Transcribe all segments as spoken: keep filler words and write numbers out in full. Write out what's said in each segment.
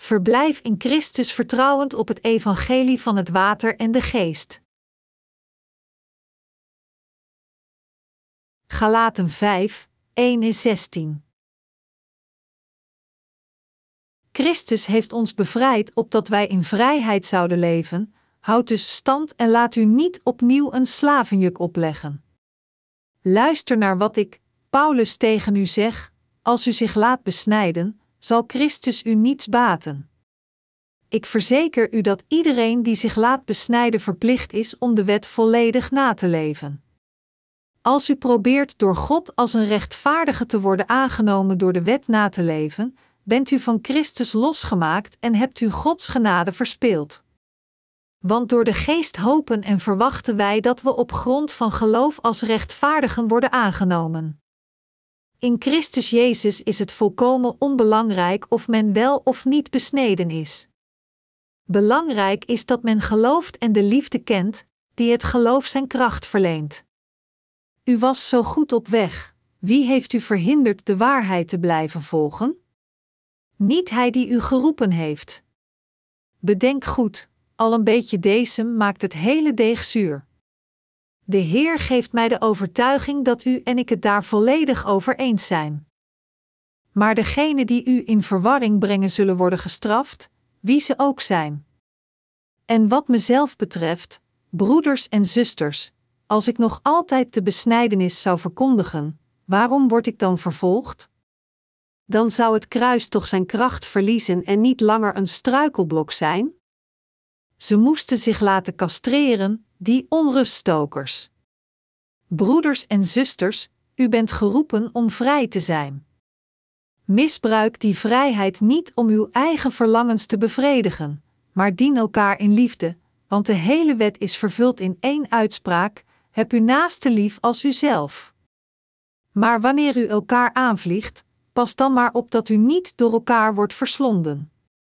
Verblijf in Christus vertrouwend op het evangelie van het water en de geest. Galaten vijf, één en zestien. Christus heeft ons bevrijd opdat wij in vrijheid zouden leven. Houd dus stand en laat u niet opnieuw een slavenjuk opleggen. Luister naar wat ik, Paulus, tegen u zeg: als u zich laat besnijden, zal Christus u niets baten. Ik verzeker u dat iedereen die zich laat besnijden verplicht is om de wet volledig na te leven. Als u probeert door God als een rechtvaardige te worden aangenomen door de wet na te leven, bent u van Christus losgemaakt en hebt u Gods genade verspeeld. Want door de geest hopen en verwachten wij dat we op grond van geloof als rechtvaardigen worden aangenomen. In Christus Jezus is het volkomen onbelangrijk of men wel of niet besneden is. Belangrijk is dat men gelooft en de liefde kent, die het geloof zijn kracht verleent. U was zo goed op weg. Wie heeft u verhinderd de waarheid te blijven volgen? Niet hij die u geroepen heeft. Bedenk goed, al een beetje decem maakt het hele deeg zuur. De Heer geeft mij de overtuiging dat u en ik het daar volledig over eens zijn. Maar degenen die u in verwarring brengen zullen worden gestraft, wie ze ook zijn. En wat mezelf betreft, broeders en zusters, als ik nog altijd de besnijdenis zou verkondigen, waarom word ik dan vervolgd? Dan zou het kruis toch zijn kracht verliezen en niet langer een struikelblok zijn? Ze moesten zich laten castreren, die onruststokers. Broeders en zusters, u bent geroepen om vrij te zijn. Misbruik die vrijheid niet om uw eigen verlangens te bevredigen, maar dien elkaar in liefde, want de hele wet is vervuld in één uitspraak: heb uw naaste lief als uzelf. Maar wanneer u elkaar aanvliegt, pas dan maar op dat u niet door elkaar wordt verslonden.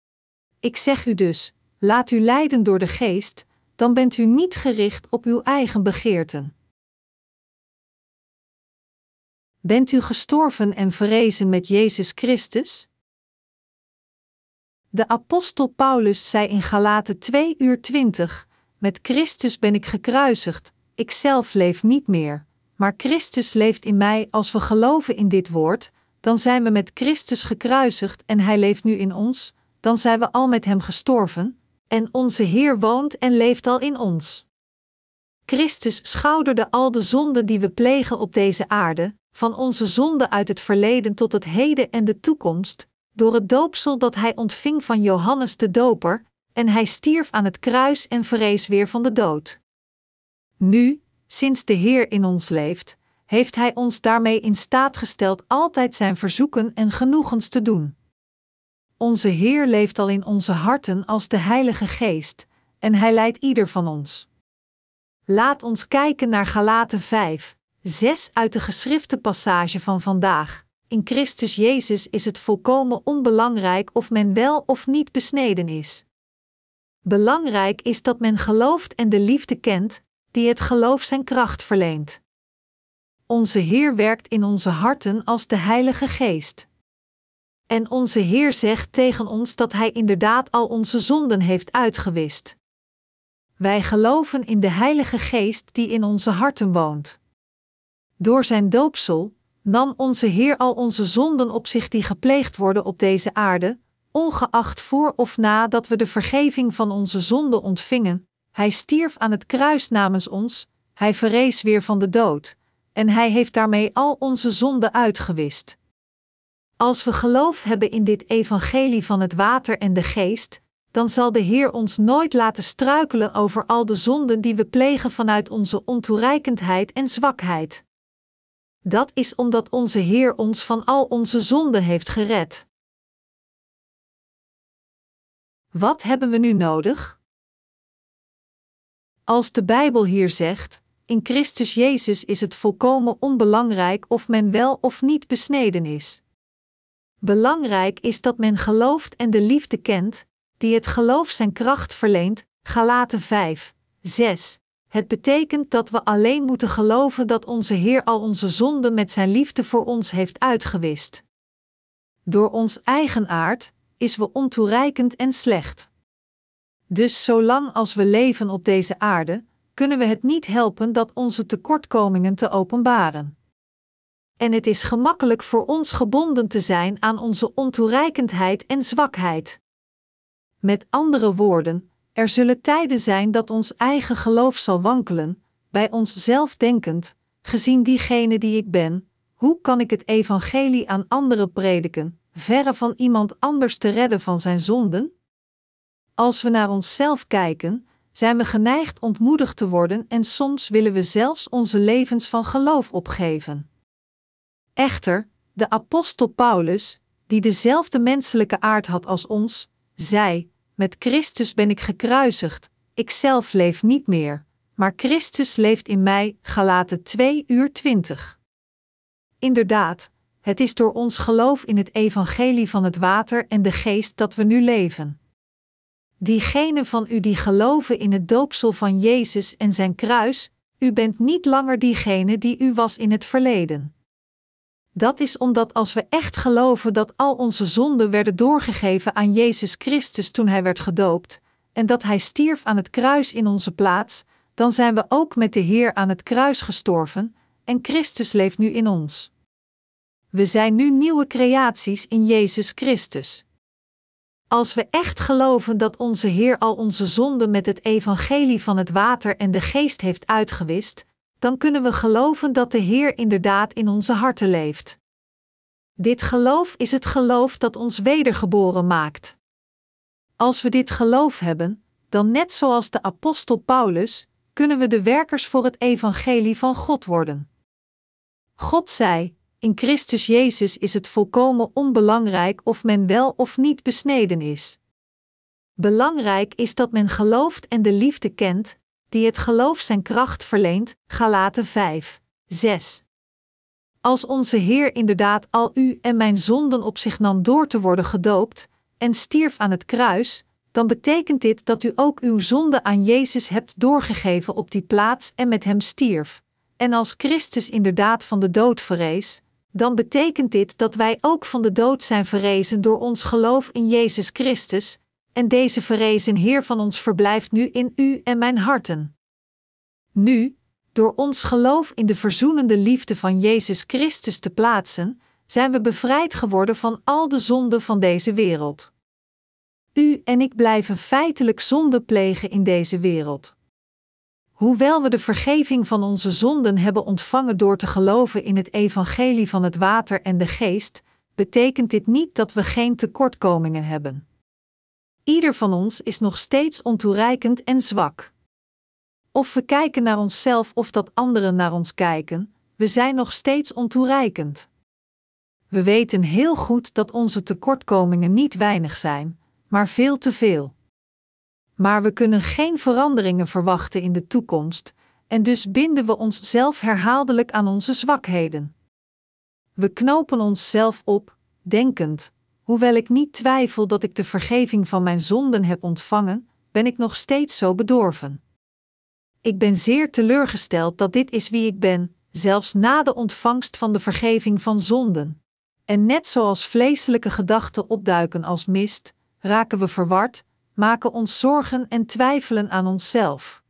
Ik zeg u dus, laat u leiden door de geest, dan bent u niet gericht op uw eigen begeerten. Bent u gestorven en verrezen met Jezus Christus? De apostel Paulus zei in Galaten twee uur twintig, met Christus ben ik gekruisigd, ik zelf leef niet meer, maar Christus leeft in mij. Als we geloven in dit woord, dan zijn we met Christus gekruisigd en Hij leeft nu in ons, dan zijn we al met Hem gestorven, en onze Heer woont en leeft al in ons. Christus schouderde al de zonden die we plegen op deze aarde, van onze zonden uit het verleden tot het heden en de toekomst, door het doopsel dat Hij ontving van Johannes de Doper, en Hij stierf aan het kruis en verrees weer van de dood. Nu, sinds de Heer in ons leeft, heeft Hij ons daarmee in staat gesteld altijd zijn verzoeken en genoegens te doen. Onze Heer leeft al in onze harten als de Heilige Geest, en Hij leidt ieder van ons. Laat ons kijken naar Galaten vijf, zes uit de geschrifte passage van vandaag. In Christus Jezus is het volkomen onbelangrijk of men wel of niet besneden is. Belangrijk is dat men gelooft en de liefde kent, die het geloof zijn kracht verleent. Onze Heer werkt in onze harten als de Heilige Geest. En onze Heer zegt tegen ons dat Hij inderdaad al onze zonden heeft uitgewist. Wij geloven in de Heilige Geest die in onze harten woont. Door zijn doopsel nam onze Heer al onze zonden op zich die gepleegd worden op deze aarde, ongeacht voor of na dat we de vergeving van onze zonden ontvingen. Hij stierf aan het kruis namens ons, Hij verrees weer van de dood, en Hij heeft daarmee al onze zonden uitgewist. Als we geloof hebben in dit evangelie van het water en de geest, dan zal de Heer ons nooit laten struikelen over al de zonden die we plegen vanuit onze ontoereikendheid en zwakheid. Dat is omdat onze Heer ons van al onze zonden heeft gered. Wat hebben we nu nodig? Als de Bijbel hier zegt, in Christus Jezus is het volkomen onbelangrijk of men wel of niet besneden is. Belangrijk is dat men gelooft en de liefde kent, die het geloof zijn kracht verleent, Galaten vijf, zes. Het betekent dat we alleen moeten geloven dat onze Heer al onze zonden met zijn liefde voor ons heeft uitgewist. Door ons eigen aard, is we ontoereikend en slecht. Dus zolang als we leven op deze aarde, kunnen we het niet helpen dat onze tekortkomingen te openbaren. En het is gemakkelijk voor ons gebonden te zijn aan onze ontoereikendheid en zwakheid. Met andere woorden, er zullen tijden zijn dat ons eigen geloof zal wankelen, bij onszelf denkend, gezien diegene die ik ben, hoe kan ik het evangelie aan anderen prediken, verre van iemand anders te redden van zijn zonden? Als we naar onszelf kijken, zijn we geneigd ontmoedigd te worden en soms willen we zelfs onze levens van geloof opgeven. Echter, de apostel Paulus, die dezelfde menselijke aard had als ons, zei: met Christus ben ik gekruisigd, ikzelf leef niet meer, maar Christus leeft in mij, Galaten twee uur twintig. Inderdaad, het is door ons geloof in het evangelie van het water en de geest dat we nu leven. Diegenen van u die geloven in het doopsel van Jezus en zijn kruis, u bent niet langer diegene die u was in het verleden. Dat is omdat als we echt geloven dat al onze zonden werden doorgegeven aan Jezus Christus toen hij werd gedoopt, en dat hij stierf aan het kruis in onze plaats, dan zijn we ook met de Heer aan het kruis gestorven, en Christus leeft nu in ons. We zijn nu nieuwe creaties in Jezus Christus. Als we echt geloven dat onze Heer al onze zonden met het evangelie van het water en de geest heeft uitgewist, dan kunnen we geloven dat de Heer inderdaad in onze harten leeft. Dit geloof is het geloof dat ons wedergeboren maakt. Als we dit geloof hebben, dan net zoals de apostel Paulus, kunnen we de werkers voor het evangelie van God worden. God zei: in Christus Jezus is het volkomen onbelangrijk of men wel of niet besneden is. Belangrijk is dat men gelooft en de liefde kent, die het geloof zijn kracht verleent, Galaten vijf, zes. Als onze Heer inderdaad al u en mijn zonden op zich nam door te worden gedoopt, en stierf aan het kruis, dan betekent dit dat u ook uw zonde aan Jezus hebt doorgegeven op die plaats en met hem stierf. En als Christus inderdaad van de dood verrees, dan betekent dit dat wij ook van de dood zijn verrezen door ons geloof in Jezus Christus, en deze verrezen Heer van ons verblijft nu in u en mijn harten. Nu, door ons geloof in de verzoenende liefde van Jezus Christus te plaatsen, zijn we bevrijd geworden van al de zonden van deze wereld. U en ik blijven feitelijk zonde plegen in deze wereld. Hoewel we de vergeving van onze zonden hebben ontvangen door te geloven in het evangelie van het water en de geest, betekent dit niet dat we geen tekortkomingen hebben. Ieder van ons is nog steeds ontoereikend en zwak. Of we kijken naar onszelf of dat anderen naar ons kijken, we zijn nog steeds ontoereikend. We weten heel goed dat onze tekortkomingen niet weinig zijn, maar veel te veel. Maar we kunnen geen veranderingen verwachten in de toekomst, en dus binden we onszelf herhaaldelijk aan onze zwakheden. We knopen onszelf op, denkend: hoewel ik niet twijfel dat ik de vergeving van mijn zonden heb ontvangen, ben ik nog steeds zo bedorven. Ik ben zeer teleurgesteld dat dit is wie ik ben, zelfs na de ontvangst van de vergeving van zonden. En net zoals vleeselijke gedachten opduiken als mist, raken we verward, maken ons zorgen en twijfelen aan onszelf.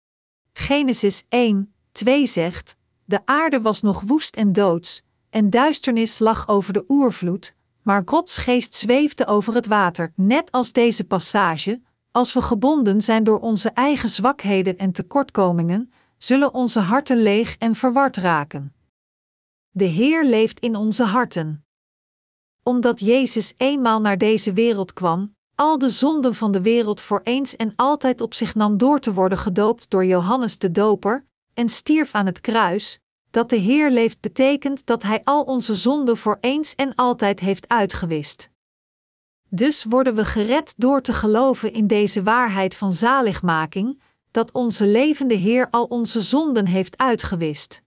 Genesis één, twee zegt: de aarde was nog woest en doods, en duisternis lag over de oervloed, maar Gods geest zweefde over het water. Net als deze passage, als we gebonden zijn door onze eigen zwakheden en tekortkomingen, zullen onze harten leeg en verward raken. De Heer leeft in onze harten. Omdat Jezus eenmaal naar deze wereld kwam, al de zonden van de wereld voor eens en altijd op zich nam door te worden gedoopt door Johannes de Doper, en stierf aan het kruis, dat de Heer leeft betekent dat Hij al onze zonden voor eens en altijd heeft uitgewist. Dus worden we gered door te geloven in deze waarheid van zaligmaking, dat onze levende Heer al onze zonden heeft uitgewist.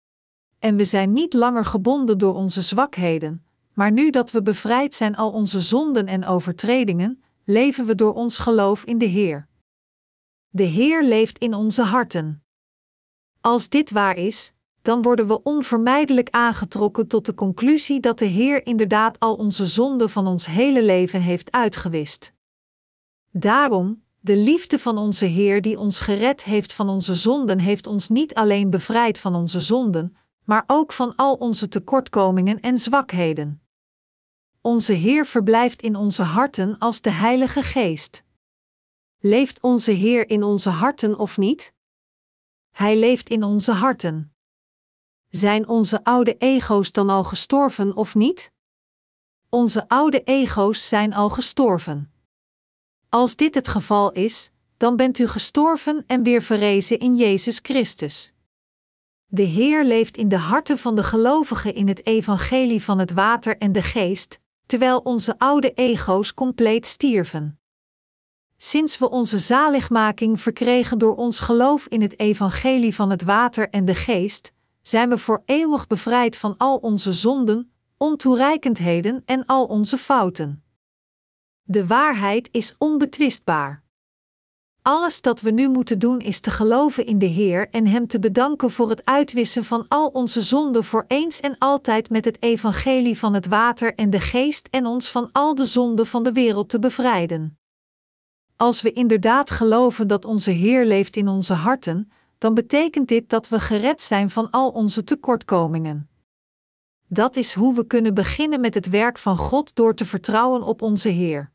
En we zijn niet langer gebonden door onze zwakheden, maar nu dat we bevrijd zijn al onze zonden en overtredingen, leven we door ons geloof in de Heer. De Heer leeft in onze harten. Als dit waar is, dan worden we onvermijdelijk aangetrokken tot de conclusie dat de Heer inderdaad al onze zonden van ons hele leven heeft uitgewist. Daarom, de liefde van onze Heer die ons gered heeft van onze zonden heeft ons niet alleen bevrijd van onze zonden, maar ook van al onze tekortkomingen en zwakheden. Onze Heer verblijft in onze harten als de Heilige Geest. Leeft onze Heer in onze harten of niet? Hij leeft in onze harten. Zijn onze oude ego's dan al gestorven of niet? Onze oude ego's zijn al gestorven. Als dit het geval is, dan bent u gestorven en weer verrezen in Jezus Christus. De Heer leeft in de harten van de gelovigen in het evangelie van het water en de geest, terwijl onze oude ego's compleet stierven. Sinds we onze zaligmaking verkregen door ons geloof in het evangelie van het water en de geest, zijn we voor eeuwig bevrijd van al onze zonden, ontoereikendheden en al onze fouten. De waarheid is onbetwistbaar. Alles dat we nu moeten doen is te geloven in de Heer en Hem te bedanken voor het uitwissen van al onze zonden voor eens en altijd met het evangelie van het water en de geest en ons van al de zonden van de wereld te bevrijden. Als we inderdaad geloven dat onze Heer leeft in onze harten, dan betekent dit dat we gered zijn van al onze tekortkomingen. Dat is hoe we kunnen beginnen met het werk van God door te vertrouwen op onze Heer.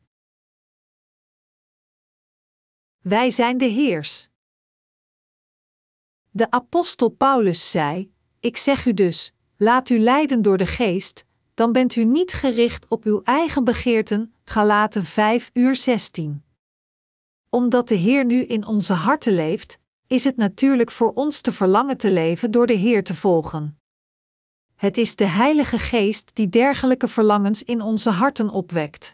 Wij zijn de Heers. De apostel Paulus zei: Ik zeg u dus, laat u leiden door de Geest, dan bent u niet gericht op uw eigen begeerten. Galaten vijf uur zestien. Omdat de Heer nu in onze harten leeft, is het natuurlijk voor ons te verlangen te leven door de Heer te volgen. Het is de Heilige Geest die dergelijke verlangens in onze harten opwekt.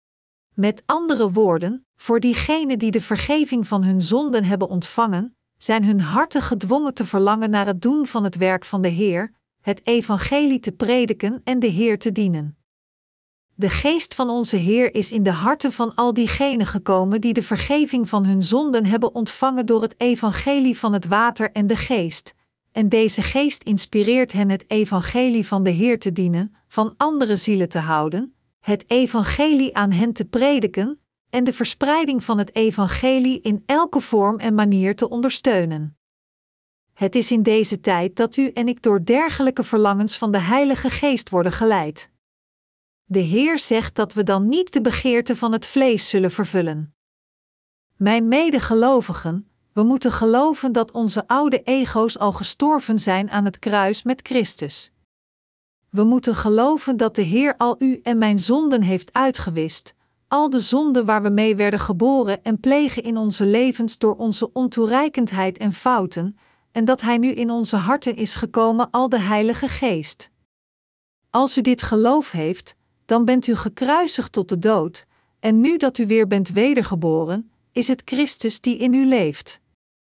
Met andere woorden, voor diegenen die de vergeving van hun zonden hebben ontvangen, zijn hun harten gedwongen te verlangen naar het doen van het werk van de Heer, het evangelie te prediken en de Heer te dienen. De Geest van onze Heer is in de harten van al diegenen gekomen die de vergeving van hun zonden hebben ontvangen door het evangelie van het water en de geest, en deze Geest inspireert hen het evangelie van de Heer te dienen, van andere zielen te houden, het evangelie aan hen te prediken en de verspreiding van het evangelie in elke vorm en manier te ondersteunen. Het is in deze tijd dat u en ik door dergelijke verlangens van de Heilige Geest worden geleid. De Heer zegt dat we dan niet de begeerte van het vlees zullen vervullen. Mijn medegelovigen, we moeten geloven dat onze oude ego's al gestorven zijn aan het kruis met Christus. We moeten geloven dat de Heer al u en mijn zonden heeft uitgewist, al de zonden waar we mee werden geboren en plegen in onze levens door onze ontoereikendheid en fouten, en dat Hij nu in onze harten is gekomen al de Heilige Geest. Als u dit geloof heeft, dan bent u gekruisigd tot de dood, en nu dat u weer bent wedergeboren, is het Christus die in u leeft.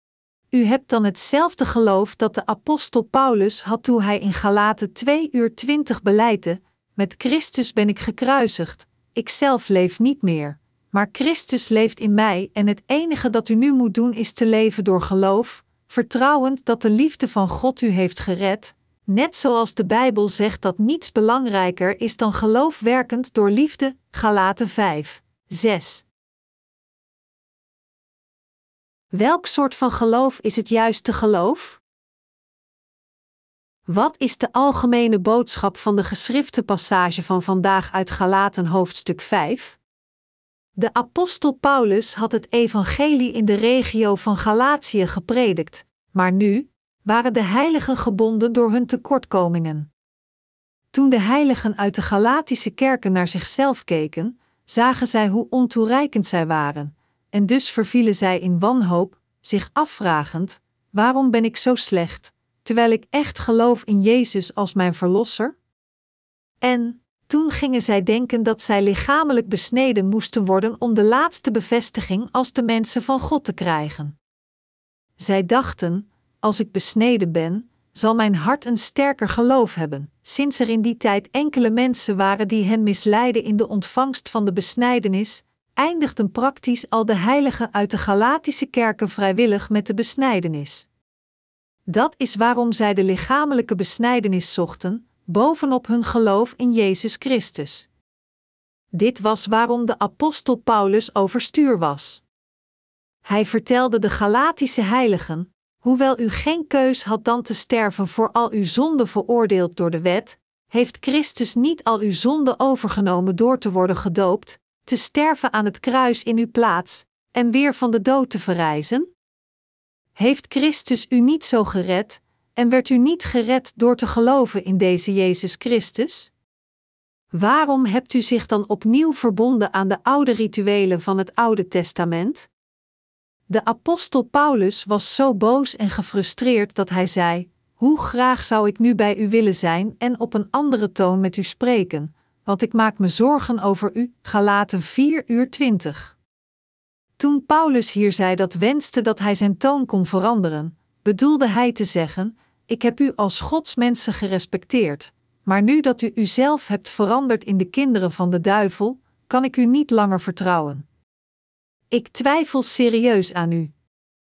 U hebt dan hetzelfde geloof dat de apostel Paulus had toen hij in Galaten twee uur twintig belijdt: met Christus ben ik gekruisigd, ik zelf leef niet meer, maar Christus leeft in mij en het enige dat u nu moet doen is te leven door geloof, vertrouwend dat de liefde van God u heeft gered, net zoals de Bijbel zegt dat niets belangrijker is dan geloof werkend door liefde, Galaten vijf, zes. Welk soort van geloof is het juiste geloof? Wat is de algemene boodschap van de geschrifte passage van vandaag uit Galaten hoofdstuk vijf? De apostel Paulus had het evangelie in de regio van Galatië gepredikt, maar nu waren de heiligen gebonden door hun tekortkomingen. Toen de heiligen uit de Galatische kerken naar zichzelf keken, zagen zij hoe ontoereikend zij waren, en dus vervielen zij in wanhoop, zich afvragend: waarom ben ik zo slecht, terwijl ik echt geloof in Jezus als mijn verlosser? En toen gingen zij denken dat zij lichamelijk besneden moesten worden om de laatste bevestiging als de mensen van God te krijgen. Zij dachten: als ik besneden ben, zal mijn hart een sterker geloof hebben, sinds er in die tijd enkele mensen waren die hen misleidden in de ontvangst van de besnijdenis, eindigden praktisch al de heiligen uit de Galatische kerken vrijwillig met de besnijdenis. Dat is waarom zij de lichamelijke besnijdenis zochten, bovenop hun geloof in Jezus Christus. Dit was waarom de apostel Paulus overstuur was. Hij vertelde de Galatische heiligen: hoewel u geen keus had dan te sterven voor al uw zonden veroordeeld door de wet, heeft Christus niet al uw zonden overgenomen door te worden gedoopt, te sterven aan het kruis in uw plaats, en weer van de dood te verrijzen? Heeft Christus u niet zo gered, en werd u niet gered door te geloven in deze Jezus Christus? Waarom hebt u zich dan opnieuw verbonden aan de oude rituelen van het Oude Testament? De apostel Paulus was zo boos en gefrustreerd dat hij zei: hoe graag zou ik nu bij u willen zijn en op een andere toon met u spreken, want ik maak me zorgen over u. Galaten vier uur twintig. Toen Paulus hier zei dat wenste dat hij zijn toon kon veranderen, bedoelde hij te zeggen: ik heb u als godsmensen gerespecteerd, maar nu dat u uzelf hebt veranderd in de kinderen van de duivel, kan ik u niet langer vertrouwen. Ik twijfel serieus aan u.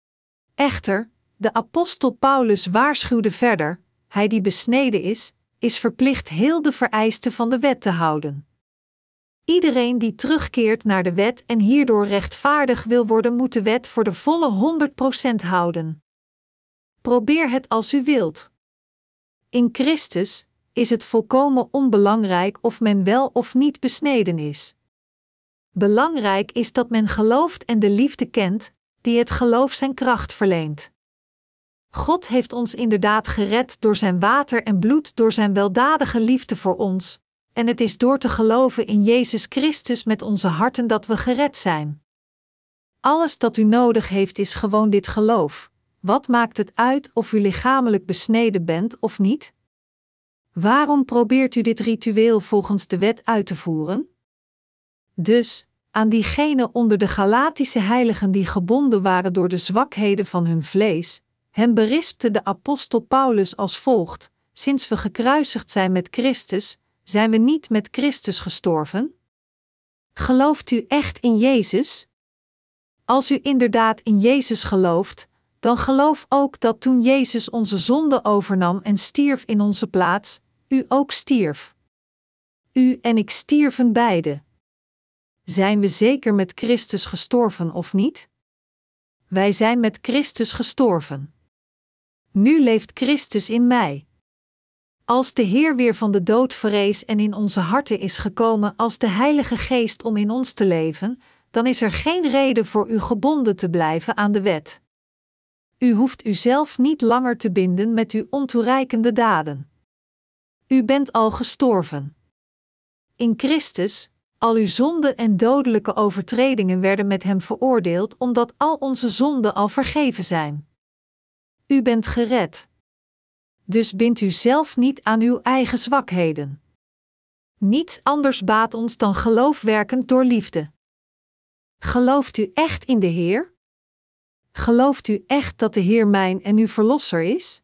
Echter, de apostel Paulus waarschuwde verder: hij die besneden is, is verplicht heel de vereisten van de wet te houden. Iedereen die terugkeert naar de wet en hierdoor rechtvaardig wil worden, moet de wet voor de volle honderd procent houden. Probeer het als u wilt. In Christus is het volkomen onbelangrijk of men wel of niet besneden is. Belangrijk is dat men gelooft en de liefde kent, die het geloof zijn kracht verleent. God heeft ons inderdaad gered door zijn water en bloed, door zijn weldadige liefde voor ons, en het is door te geloven in Jezus Christus met onze harten dat we gered zijn. Alles dat u nodig heeft is gewoon dit geloof. Wat maakt het uit of u lichamelijk besneden bent of niet? Waarom probeert u dit ritueel volgens de wet uit te voeren? Dus, aan diegenen onder de Galatische heiligen die gebonden waren door de zwakheden van hun vlees, hen berispte de apostel Paulus als volgt: sinds we gekruisigd zijn met Christus, zijn we niet met Christus gestorven? Gelooft u echt in Jezus? Als u inderdaad in Jezus gelooft, dan geloof ook dat toen Jezus onze zonde overnam en stierf in onze plaats, u ook stierf. U en ik stierven beide. Zijn we zeker met Christus gestorven of niet? Wij zijn met Christus gestorven. Nu leeft Christus in mij. Als de Heer weer van de dood verrees en in onze harten is gekomen als de Heilige Geest om in ons te leven, dan is er geen reden voor u gebonden te blijven aan de wet. U hoeft uzelf niet langer te binden met uw ontoereikende daden. U bent al gestorven. In Christus, al uw zonden en dodelijke overtredingen werden met hem veroordeeld, omdat al onze zonden al vergeven zijn. U bent gered. Dus bindt u zelf niet aan uw eigen zwakheden. Niets anders baat ons dan geloof werkend door liefde. Gelooft u echt in de Heer? Gelooft u echt dat de Heer mijn en uw verlosser is?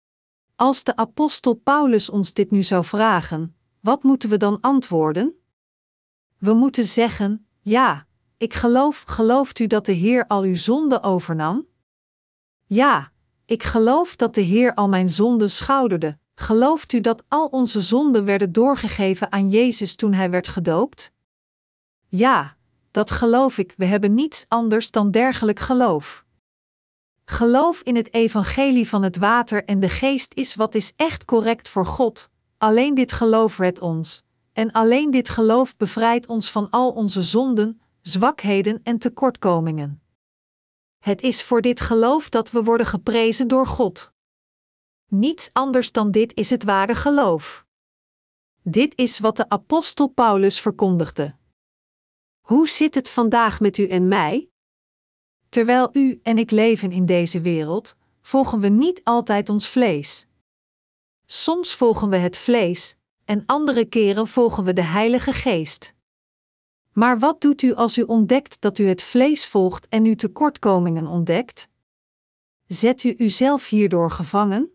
Als de apostel Paulus ons dit nu zou vragen, wat moeten we dan antwoorden? We moeten zeggen: ja, ik geloof. Gelooft u dat de Heer al uw zonden overnam? Ja, ik geloof dat de Heer al mijn zonden schouderde. Gelooft u dat al onze zonden werden doorgegeven aan Jezus toen hij werd gedoopt? Ja, dat geloof ik. We hebben niets anders dan dergelijk geloof. Geloof in het evangelie van het water en de geest is wat is echt correct voor God. Alleen dit geloof redt ons. En alleen dit geloof bevrijdt ons van al onze zonden, zwakheden en tekortkomingen. Het is voor dit geloof dat we worden geprezen door God. Niets anders dan dit is het ware geloof. Dit is wat de apostel Paulus verkondigde. Hoe zit het vandaag met u en mij? Terwijl u en ik leven in deze wereld, volgen we niet altijd ons vlees. Soms volgen we het vlees, en andere keren volgen we de Heilige Geest. Maar wat doet u als u ontdekt dat u het vlees volgt en uw tekortkomingen ontdekt? Zet u uzelf hierdoor gevangen?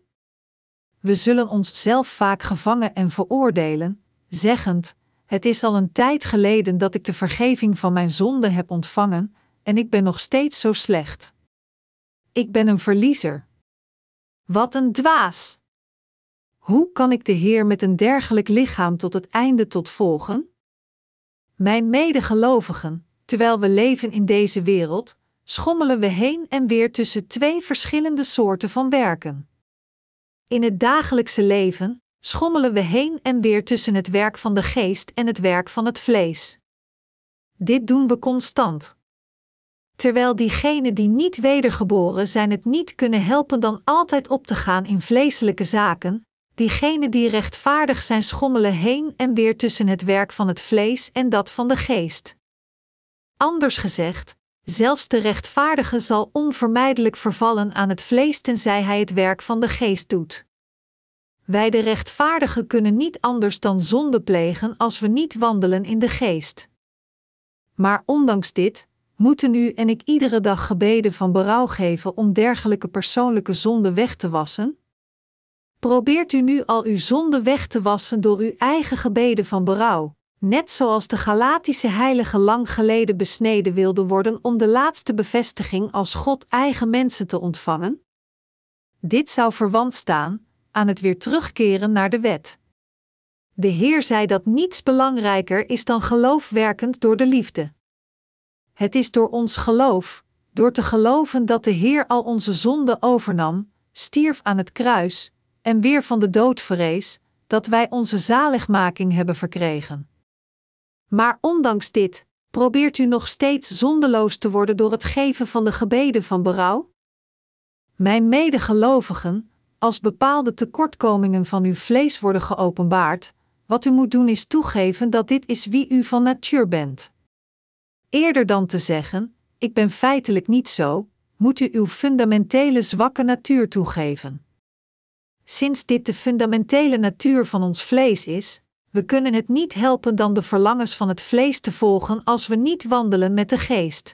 We zullen onszelf vaak gevangen en veroordelen, zeggend: het is al een tijd geleden dat ik de vergeving van mijn zonden heb ontvangen, en ik ben nog steeds zo slecht. Ik ben een verliezer. Wat een dwaas! Hoe kan ik de Heer met een dergelijk lichaam tot het einde tot volgen? Mijn medegelovigen, terwijl we leven in deze wereld, schommelen we heen en weer tussen twee verschillende soorten van werken. In het dagelijkse leven schommelen we heen en weer tussen het werk van de geest en het werk van het vlees. Dit doen we constant. Terwijl diegenen die niet wedergeboren zijn het niet kunnen helpen dan altijd op te gaan in vleeselijke zaken, diegenen die rechtvaardig zijn schommelen heen en weer tussen het werk van het vlees en dat van de geest. Anders gezegd, zelfs de rechtvaardige zal onvermijdelijk vervallen aan het vlees tenzij hij het werk van de geest doet. Wij de rechtvaardigen kunnen niet anders dan zonde plegen als we niet wandelen in de geest. Maar ondanks dit, moeten u en ik iedere dag gebeden van berouw geven om dergelijke persoonlijke zonden weg te wassen? Probeert u nu al uw zonde weg te wassen door uw eigen gebeden van berouw, net zoals de Galatische heiligen lang geleden besneden wilden worden om de laatste bevestiging als God eigen mensen te ontvangen? Dit zou verwant staan aan het weer terugkeren naar de wet. De Heer zei dat niets belangrijker is dan geloof werkend door de liefde. Het is door ons geloof, door te geloven dat de Heer al onze zonden overnam, stierf aan het kruis en weer van de dood verrees, dat wij onze zaligmaking hebben verkregen. Maar ondanks dit, probeert u nog steeds zondeloos te worden door het geven van de gebeden van berouw? Mijn medegelovigen, als bepaalde tekortkomingen van uw vlees worden geopenbaard, wat u moet doen is toegeven dat dit is wie u van natuur bent. Eerder dan te zeggen, ik ben feitelijk niet zo, moet u uw fundamentele zwakke natuur toegeven. Sinds dit de fundamentele natuur van ons vlees is, we kunnen het niet helpen dan de verlangens van het vlees te volgen als we niet wandelen met de geest.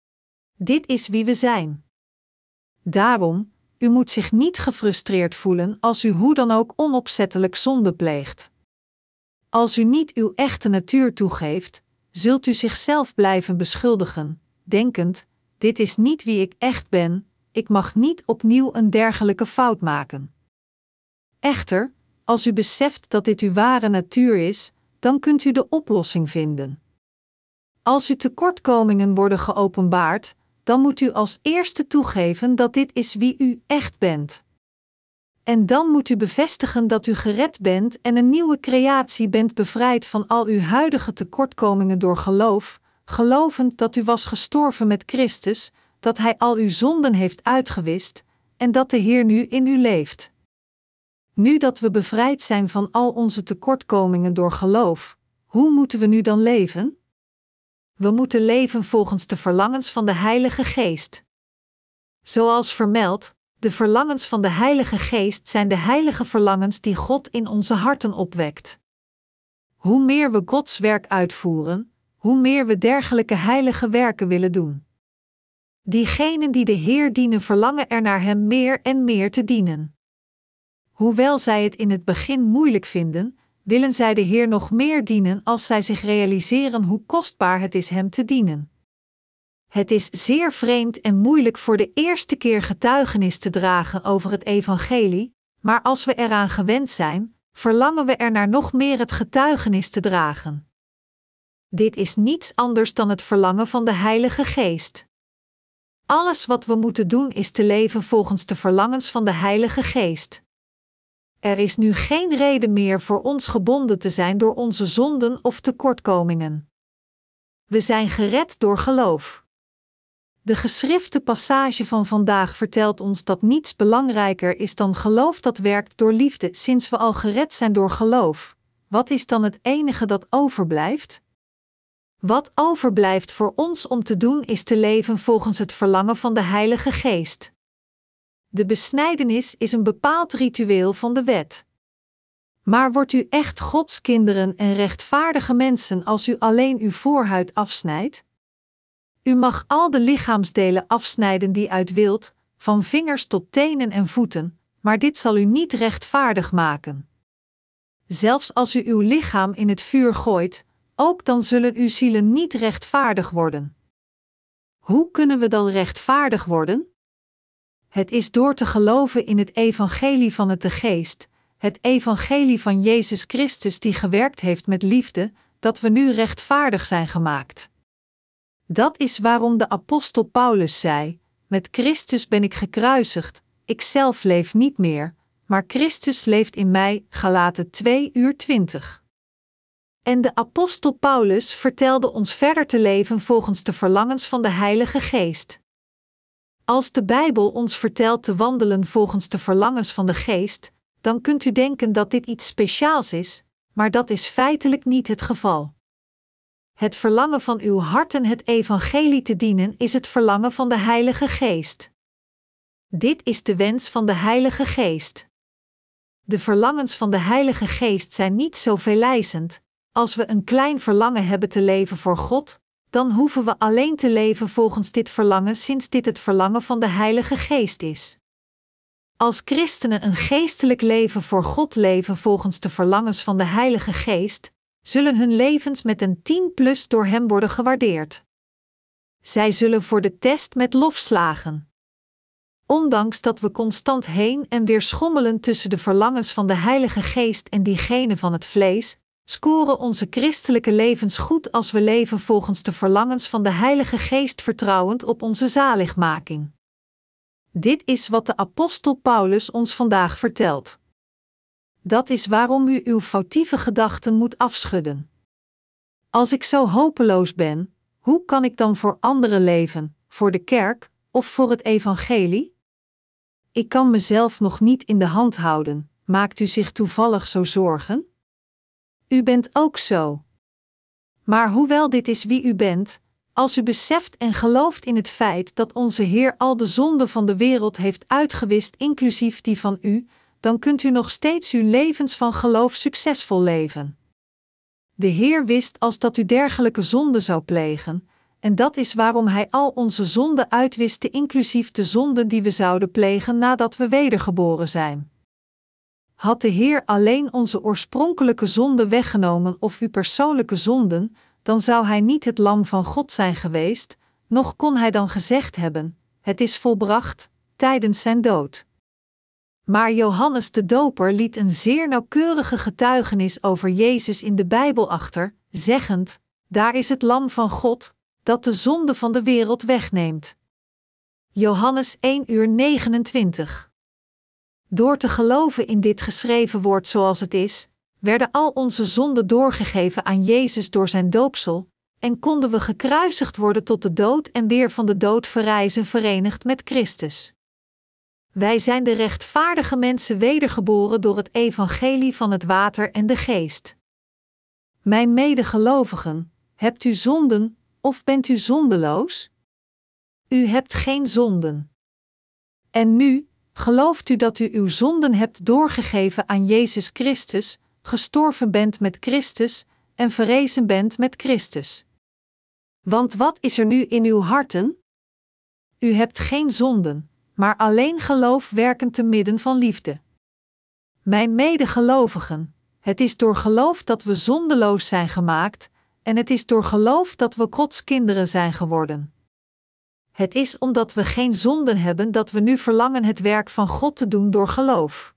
Dit is wie we zijn. Daarom, u moet zich niet gefrustreerd voelen als u hoe dan ook onopzettelijk zonde pleegt. Als u niet uw echte natuur toegeeft, zult u zichzelf blijven beschuldigen, denkend, dit is niet wie ik echt ben, ik mag niet opnieuw een dergelijke fout maken. Echter, als u beseft dat dit uw ware natuur is, dan kunt u de oplossing vinden. Als uw tekortkomingen worden geopenbaard, dan moet u als eerste toegeven dat dit is wie u echt bent. En dan moet u bevestigen dat u gered bent en een nieuwe creatie bent bevrijd van al uw huidige tekortkomingen door geloof, gelovend dat u was gestorven met Christus, dat Hij al uw zonden heeft uitgewist, en dat de Heer nu in u leeft. Nu dat we bevrijd zijn van al onze tekortkomingen door geloof, hoe moeten we nu dan leven? We moeten leven volgens de verlangens van de Heilige Geest. Zoals vermeld, de verlangens van de Heilige Geest zijn de heilige verlangens die God in onze harten opwekt. Hoe meer we Gods werk uitvoeren, hoe meer we dergelijke heilige werken willen doen. Diegenen die de Heer dienen verlangen er naar Hem meer en meer te dienen. Hoewel zij het in het begin moeilijk vinden, willen zij de Heer nog meer dienen als zij zich realiseren hoe kostbaar het is Hem te dienen. Het is zeer vreemd en moeilijk voor de eerste keer getuigenis te dragen over het evangelie, maar als we eraan gewend zijn, verlangen we er naar nog meer het getuigenis te dragen. Dit is niets anders dan het verlangen van de Heilige Geest. Alles wat we moeten doen is te leven volgens de verlangens van de Heilige Geest. Er is nu geen reden meer voor ons gebonden te zijn door onze zonden of tekortkomingen. We zijn gered door geloof. De geschrifte passage van vandaag vertelt ons dat niets belangrijker is dan geloof dat werkt door liefde. Sinds we al gered zijn door geloof, wat is dan het enige dat overblijft? Wat overblijft voor ons om te doen is te leven volgens het verlangen van de Heilige Geest. De besnijdenis is een bepaald ritueel van de wet. Maar wordt u echt Gods kinderen en rechtvaardige mensen als u alleen uw voorhuid afsnijdt? U mag al de lichaamsdelen afsnijden die uit wilt, van vingers tot tenen en voeten, maar dit zal u niet rechtvaardig maken. Zelfs als u uw lichaam in het vuur gooit, ook dan zullen uw zielen niet rechtvaardig worden. Hoe kunnen we dan rechtvaardig worden? Het is door te geloven in het evangelie van het de Geest, het evangelie van Jezus Christus die gewerkt heeft met liefde, dat we nu rechtvaardig zijn gemaakt. Dat is waarom de apostel Paulus zei: met Christus ben ik gekruisigd, ik zelf leef niet meer, maar Christus leeft in mij, Galaten twee uur twintig. En de apostel Paulus vertelde ons verder te leven volgens de verlangens van de Heilige Geest. Als de Bijbel ons vertelt te wandelen volgens de verlangens van de Geest, dan kunt u denken dat dit iets speciaals is, maar dat is feitelijk niet het geval. Het verlangen van uw harten het evangelie te dienen is het verlangen van de Heilige Geest. Dit is de wens van de Heilige Geest. De verlangens van de Heilige Geest zijn niet zo veelijzend. Als we een klein verlangen hebben te leven voor God, dan hoeven we alleen te leven volgens dit verlangen, sinds dit het verlangen van de Heilige Geest is. Als christenen een geestelijk leven voor God leven volgens de verlangens van de Heilige Geest, zullen hun levens met een tien plus door Hem worden gewaardeerd. Zij zullen voor de test met lof slagen. Ondanks dat we constant heen en weer schommelen tussen de verlangens van de Heilige Geest en diegene van het vlees, scoren onze christelijke levens goed als we leven volgens de verlangens van de Heilige Geest, vertrouwend op onze zaligmaking. Dit is wat de apostel Paulus ons vandaag vertelt. Dat is waarom u uw foutieve gedachten moet afschudden. Als ik zo hopeloos ben, hoe kan ik dan voor anderen leven, voor de kerk of voor het evangelie? Ik kan mezelf nog niet in de hand houden. Maakt u zich toevallig zo zorgen? U bent ook zo. Maar hoewel dit is wie u bent, als u beseft en gelooft in het feit dat onze Heer al de zonden van de wereld heeft uitgewist, inclusief die van u, dan kunt u nog steeds uw levens van geloof succesvol leven. De Heer wist als dat u dergelijke zonden zou plegen, en dat is waarom Hij al onze zonden uitwiste, inclusief de zonden die we zouden plegen nadat we wedergeboren zijn. Had de Heer alleen onze oorspronkelijke zonden weggenomen of uw persoonlijke zonden, dan zou Hij niet het lam van God zijn geweest, noch kon Hij dan gezegd hebben: het is volbracht, tijdens zijn dood. Maar Johannes de Doper liet een zeer nauwkeurige getuigenis over Jezus in de Bijbel achter, zeggend: daar is het lam van God, dat de zonde van de wereld wegneemt. Johannes één uur negenentwintig. Door te geloven in dit geschreven woord zoals het is, werden al onze zonden doorgegeven aan Jezus door zijn doopsel, en konden we gekruisigd worden tot de dood en weer van de dood verrijzen, verenigd met Christus. Wij zijn de rechtvaardige mensen wedergeboren door het evangelie van het water en de geest. Mijn medegelovigen, hebt u zonden, of bent u zondeloos? U hebt geen zonden. En nu, gelooft u dat u uw zonden hebt doorgegeven aan Jezus Christus, gestorven bent met Christus en verrezen bent met Christus? Want wat is er nu in uw harten? U hebt geen zonden, maar alleen geloof werkend te midden van liefde. Mijn medegelovigen, het is door geloof dat we zondeloos zijn gemaakt, en het is door geloof dat we Gods kinderen zijn geworden. Het is omdat we geen zonden hebben dat we nu verlangen het werk van God te doen door geloof.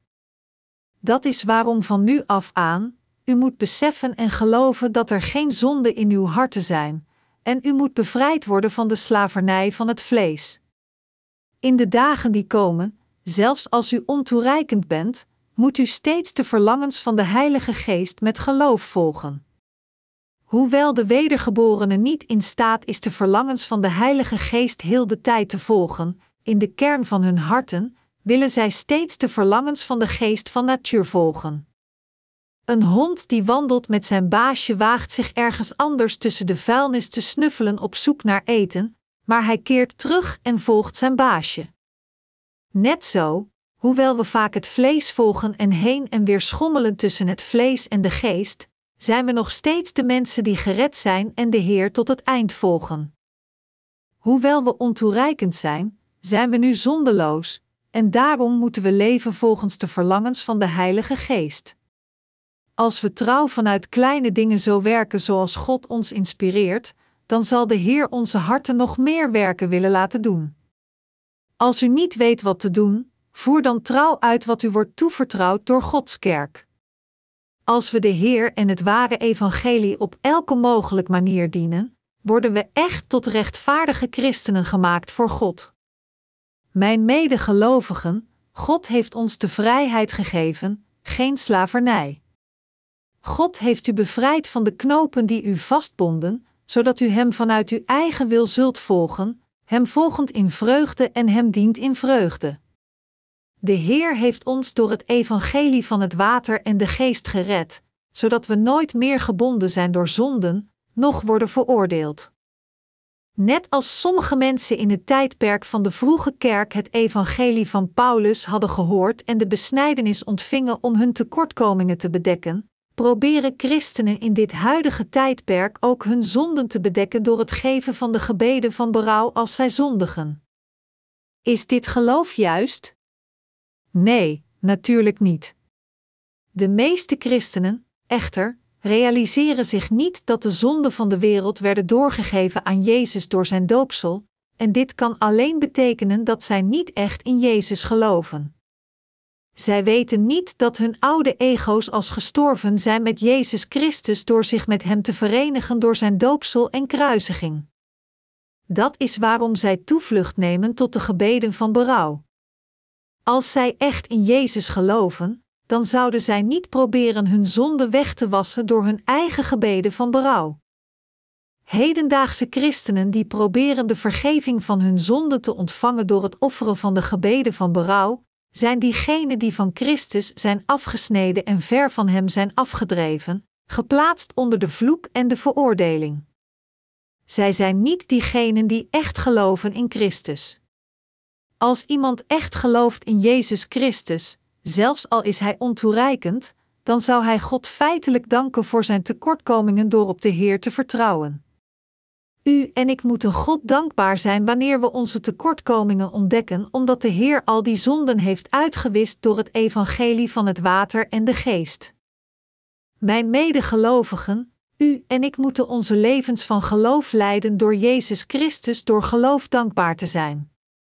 Dat is waarom van nu af aan, u moet beseffen en geloven dat er geen zonden in uw harten zijn, en u moet bevrijd worden van de slavernij van het vlees. In de dagen die komen, zelfs als u ontoereikend bent, moet u steeds de verlangens van de Heilige Geest met geloof volgen. Hoewel de wedergeborene niet in staat is de verlangens van de Heilige Geest heel de tijd te volgen, in de kern van hun harten, willen zij steeds de verlangens van de geest van natuur volgen. Een hond die wandelt met zijn baasje waagt zich ergens anders tussen de vuilnis te snuffelen op zoek naar eten, maar hij keert terug en volgt zijn baasje. Net zo, hoewel we vaak het vlees volgen en heen en weer schommelen tussen het vlees en de geest, zijn we nog steeds de mensen die gered zijn en de Heer tot het eind volgen. Hoewel we ontoereikend zijn, zijn we nu zondeloos, en daarom moeten we leven volgens de verlangens van de Heilige Geest. Als we trouw vanuit kleine dingen zo werken zoals God ons inspireert, dan zal de Heer onze harten nog meer werken willen laten doen. Als u niet weet wat te doen, voer dan trouw uit wat u wordt toevertrouwd door Gods kerk. Als we de Heer en het ware evangelie op elke mogelijke manier dienen, worden we echt tot rechtvaardige christenen gemaakt voor God. Mijn medegelovigen, God heeft ons de vrijheid gegeven, geen slavernij. God heeft u bevrijd van de knopen die u vastbonden, zodat u Hem vanuit uw eigen wil zult volgen, Hem volgend in vreugde en Hem dient in vreugde. De Heer heeft ons door het evangelie van het water en de geest gered, zodat we nooit meer gebonden zijn door zonden, noch worden veroordeeld. Net als sommige mensen in het tijdperk van de vroege kerk het evangelie van Paulus hadden gehoord en de besnijdenis ontvingen om hun tekortkomingen te bedekken, proberen christenen in dit huidige tijdperk ook hun zonden te bedekken door het geven van de gebeden van berouw als zij zondigen. Is dit geloof juist? Nee, natuurlijk niet. De meeste christenen, echter, realiseren zich niet dat de zonden van de wereld werden doorgegeven aan Jezus door zijn doopsel, en dit kan alleen betekenen dat zij niet echt in Jezus geloven. Zij weten niet dat hun oude ego's als gestorven zijn met Jezus Christus door zich met Hem te verenigen door zijn doopsel en kruisiging. Dat is waarom zij toevlucht nemen tot de gebeden van berouw. Als zij echt in Jezus geloven, dan zouden zij niet proberen hun zonde weg te wassen door hun eigen gebeden van berouw. Hedendaagse christenen die proberen de vergeving van hun zonde te ontvangen door het offeren van de gebeden van berouw, zijn diegenen die van Christus zijn afgesneden en ver van Hem zijn afgedreven, geplaatst onder de vloek en de veroordeling. Zij zijn niet diegenen die echt geloven in Christus. Als iemand echt gelooft in Jezus Christus, zelfs al is hij ontoereikend, dan zou hij God feitelijk danken voor zijn tekortkomingen door op de Heer te vertrouwen. U en ik moeten God dankbaar zijn wanneer we onze tekortkomingen ontdekken, omdat de Heer al die zonden heeft uitgewist door het evangelie van het water en de geest. Mijn medegelovigen, u en ik moeten onze levens van geloof leiden door Jezus Christus door geloof dankbaar te zijn.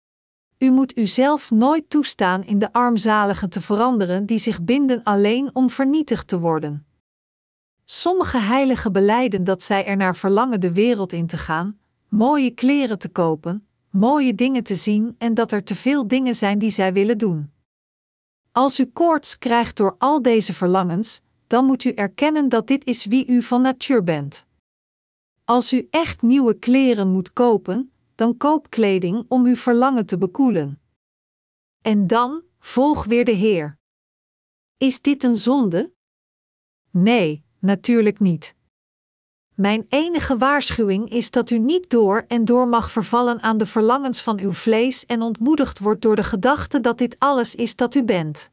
U moet uzelf nooit toestaan in de armzaligen te veranderen die zich binden alleen om vernietigd te worden. Sommige heiligen belijden dat zij ernaar verlangen de wereld in te gaan, mooie kleren te kopen, mooie dingen te zien en dat er te veel dingen zijn die zij willen doen. Als u koorts krijgt door al deze verlangens, dan moet u erkennen dat dit is wie u van natuur bent. Als u echt nieuwe kleren moet kopen, dan koop kleding om uw verlangen te bekoelen. En dan, volg weer de Heer. Is dit een zonde? Nee, natuurlijk niet. Mijn enige waarschuwing is dat u niet door en door mag vervallen aan de verlangens van uw vlees en ontmoedigd wordt door de gedachte dat dit alles is dat u bent.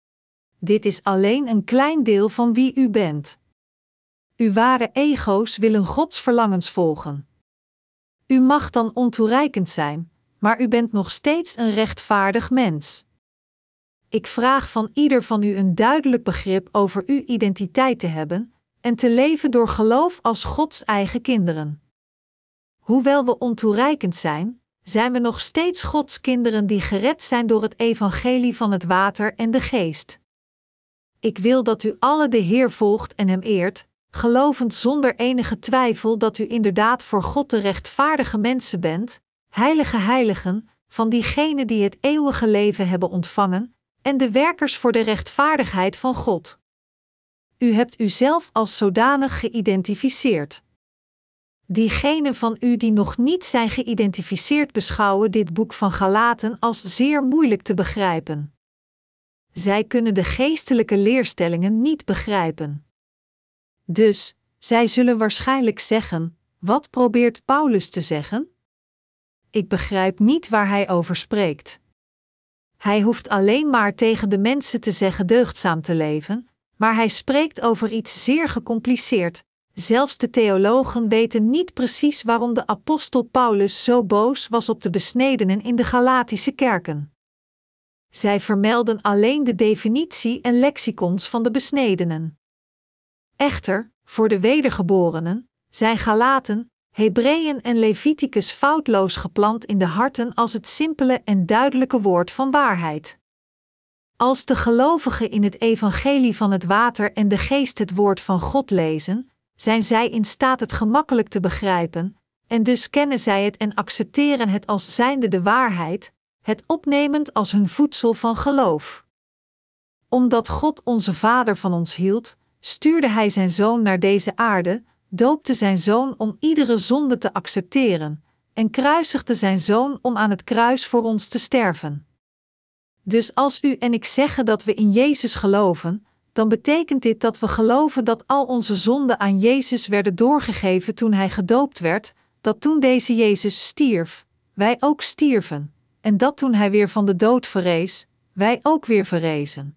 Dit is alleen een klein deel van wie u bent. Uw ware ego's willen Gods verlangens volgen. U mag dan ontoereikend zijn, maar u bent nog steeds een rechtvaardig mens. Ik vraag van ieder van u een duidelijk begrip over uw identiteit te hebben en te leven door geloof als Gods eigen kinderen. Hoewel we ontoereikend zijn, zijn we nog steeds Gods kinderen die gered zijn door het evangelie van het water en de geest. Ik wil dat u alle de Heer volgt en Hem eert, gelovend zonder enige twijfel dat u inderdaad voor God de rechtvaardige mensen bent, heilige heiligen, van diegenen die het eeuwige leven hebben ontvangen, en de werkers voor de rechtvaardigheid van God. U hebt uzelf als zodanig geïdentificeerd. Diegenen van u die nog niet zijn geïdentificeerd beschouwen dit boek van Galaten als zeer moeilijk te begrijpen. Zij kunnen de geestelijke leerstellingen niet begrijpen. Dus, zij zullen waarschijnlijk zeggen, wat probeert Paulus te zeggen? Ik begrijp niet waar hij over spreekt. Hij hoeft alleen maar tegen de mensen te zeggen deugdzaam te leven, maar hij spreekt over iets zeer gecompliceerd. Zelfs de theologen weten niet precies waarom de apostel Paulus zo boos was op de besnedenen in de Galatische kerken. Zij vermelden alleen de definitie en lexicons van de besnedenen. Echter, voor de wedergeborenen, zijn Galaten, Hebreeën en Leviticus foutloos geplant in de harten als het simpele en duidelijke woord van waarheid. Als de gelovigen in het evangelie van het water en de geest het woord van God lezen, zijn zij in staat het gemakkelijk te begrijpen, en dus kennen zij het en accepteren het als zijnde de waarheid, het opnemend als hun voedsel van geloof. Omdat God onze Vader van ons hield, stuurde Hij zijn Zoon naar deze aarde, doopte zijn Zoon om iedere zonde te accepteren, en kruisigde zijn Zoon om aan het kruis voor ons te sterven. Dus als u en ik zeggen dat we in Jezus geloven, dan betekent dit dat we geloven dat al onze zonden aan Jezus werden doorgegeven toen Hij gedoopt werd, dat toen deze Jezus stierf, wij ook stierven, en dat toen Hij weer van de dood verrees, wij ook weer verrezen.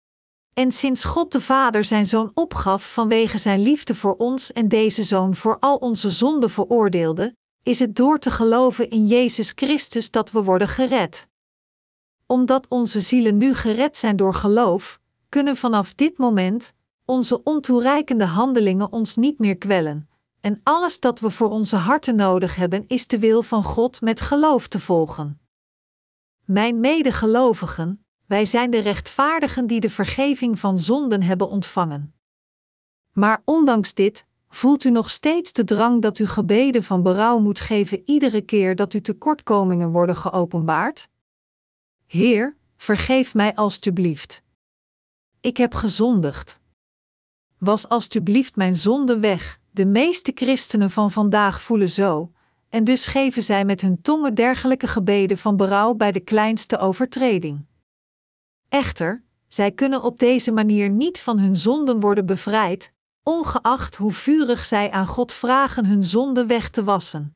En sinds God de Vader zijn Zoon opgaf vanwege zijn liefde voor ons en deze Zoon voor al onze zonden veroordeelde, is het door te geloven in Jezus Christus dat we worden gered. Omdat onze zielen nu gered zijn door geloof, kunnen vanaf dit moment onze ontoereikende handelingen ons niet meer kwellen, en alles dat we voor onze harten nodig hebben is de wil van God met geloof te volgen. Mijn medegelovigen, wij zijn de rechtvaardigen die de vergeving van zonden hebben ontvangen. Maar ondanks dit, voelt u nog steeds de drang dat u gebeden van berouw moet geven iedere keer dat uw tekortkomingen worden geopenbaard? Heer, vergeef mij alstublieft. Ik heb gezondigd. Was alstublieft mijn zonde weg. De meeste christenen van vandaag voelen zo, en dus geven zij met hun tongen dergelijke gebeden van berouw bij de kleinste overtreding. Echter, zij kunnen op deze manier niet van hun zonden worden bevrijd, ongeacht hoe vurig zij aan God vragen hun zonden weg te wassen.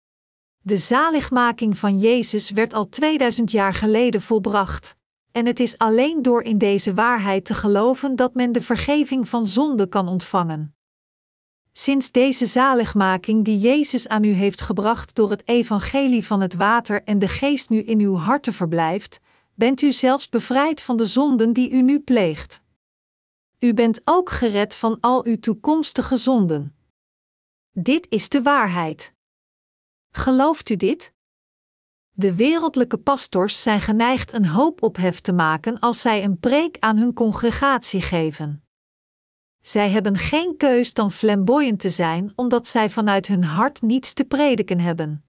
De zaligmaking van Jezus werd al tweeduizend jaar geleden volbracht, en het is alleen door in deze waarheid te geloven dat men de vergeving van zonde kan ontvangen. Sinds deze zaligmaking die Jezus aan u heeft gebracht door het evangelie van het water en de geest nu in uw harten verblijft, bent u zelfs bevrijd van de zonden die u nu pleegt. U bent ook gered van al uw toekomstige zonden. Dit is de waarheid. Gelooft u dit? De wereldlijke pastors zijn geneigd een hoop ophef te maken als zij een preek aan hun congregatie geven. Zij hebben geen keus dan flamboyant te zijn omdat zij vanuit hun hart niets te prediken hebben.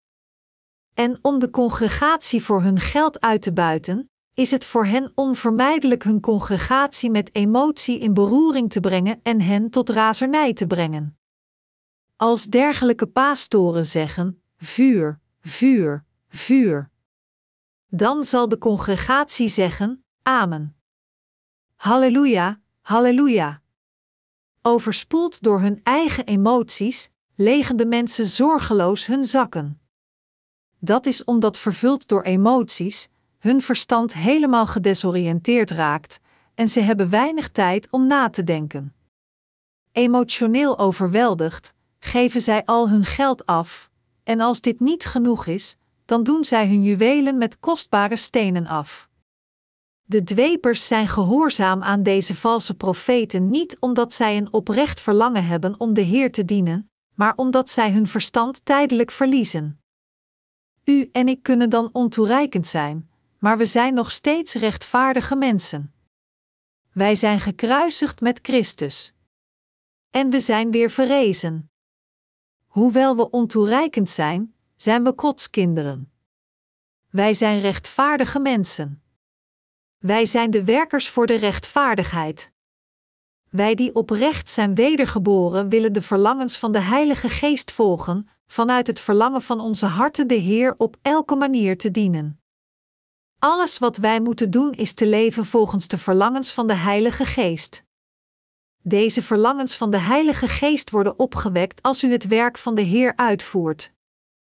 En om de congregatie voor hun geld uit te buiten, is het voor hen onvermijdelijk hun congregatie met emotie in beroering te brengen en hen tot razernij te brengen. Als dergelijke pastoren zeggen, vuur, vuur, vuur, dan zal de congregatie zeggen, amen. Halleluja, halleluja. Overspoeld door hun eigen emoties, legen de mensen zorgeloos hun zakken. Dat is omdat vervuld door emoties, hun verstand helemaal gedesoriënteerd raakt en ze hebben weinig tijd om na te denken. Emotioneel overweldigd, geven zij al hun geld af, en als dit niet genoeg is, dan doen zij hun juwelen met kostbare stenen af. De dwepers zijn gehoorzaam aan deze valse profeten niet omdat zij een oprecht verlangen hebben om de Heer te dienen, maar omdat zij hun verstand tijdelijk verliezen. U en ik kunnen dan ontoereikend zijn, maar we zijn nog steeds rechtvaardige mensen. Wij zijn gekruisigd met Christus. En we zijn weer verrezen. Hoewel we ontoereikend zijn, zijn we Gods kinderen. Wij zijn rechtvaardige mensen. Wij zijn de werkers voor de rechtvaardigheid. Wij die oprecht zijn wedergeboren willen de verlangens van de Heilige Geest volgen, vanuit het verlangen van onze harten de Heer op elke manier te dienen. Alles wat wij moeten doen is te leven volgens de verlangens van de Heilige Geest. Deze verlangens van de Heilige Geest worden opgewekt als u het werk van de Heer uitvoert.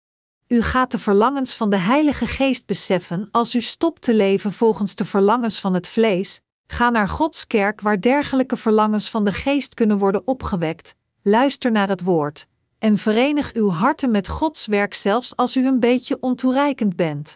U gaat de verlangens van de Heilige Geest beseffen als u stopt te leven volgens de verlangens van het vlees. Ga naar Gods kerk waar dergelijke verlangens van de Geest kunnen worden opgewekt, luister naar het woord, en verenig uw harten met Gods werk zelfs als u een beetje ontoereikend bent.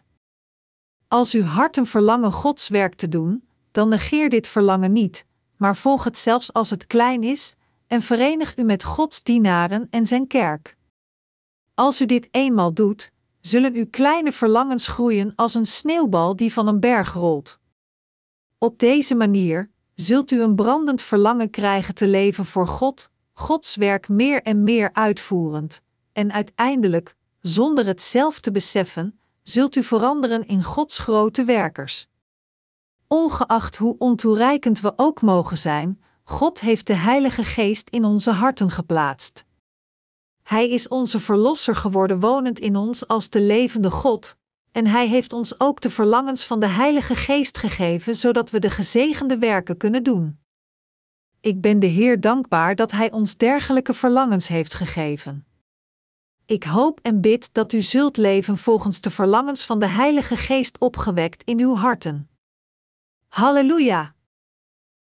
Als uw harten verlangen Gods werk te doen, dan negeer dit verlangen niet, maar volg het zelfs als het klein is, en verenig u met Gods dienaren en zijn kerk. Als u dit eenmaal doet, zullen uw kleine verlangens groeien als een sneeuwbal die van een berg rolt. Op deze manier zult u een brandend verlangen krijgen te leven voor God, Gods werk meer en meer uitvoerend, en uiteindelijk, zonder het zelf te beseffen, zult u veranderen in Gods grote werkers. Ongeacht hoe ontoereikend we ook mogen zijn, God heeft de Heilige Geest in onze harten geplaatst. Hij is onze Verlosser geworden wonend in ons als de levende God, en Hij heeft ons ook de verlangens van de Heilige Geest gegeven zodat we de gezegende werken kunnen doen. Ik ben de Heer dankbaar dat Hij ons dergelijke verlangens heeft gegeven. Ik hoop en bid dat u zult leven volgens de verlangens van de Heilige Geest opgewekt in uw harten. Halleluja!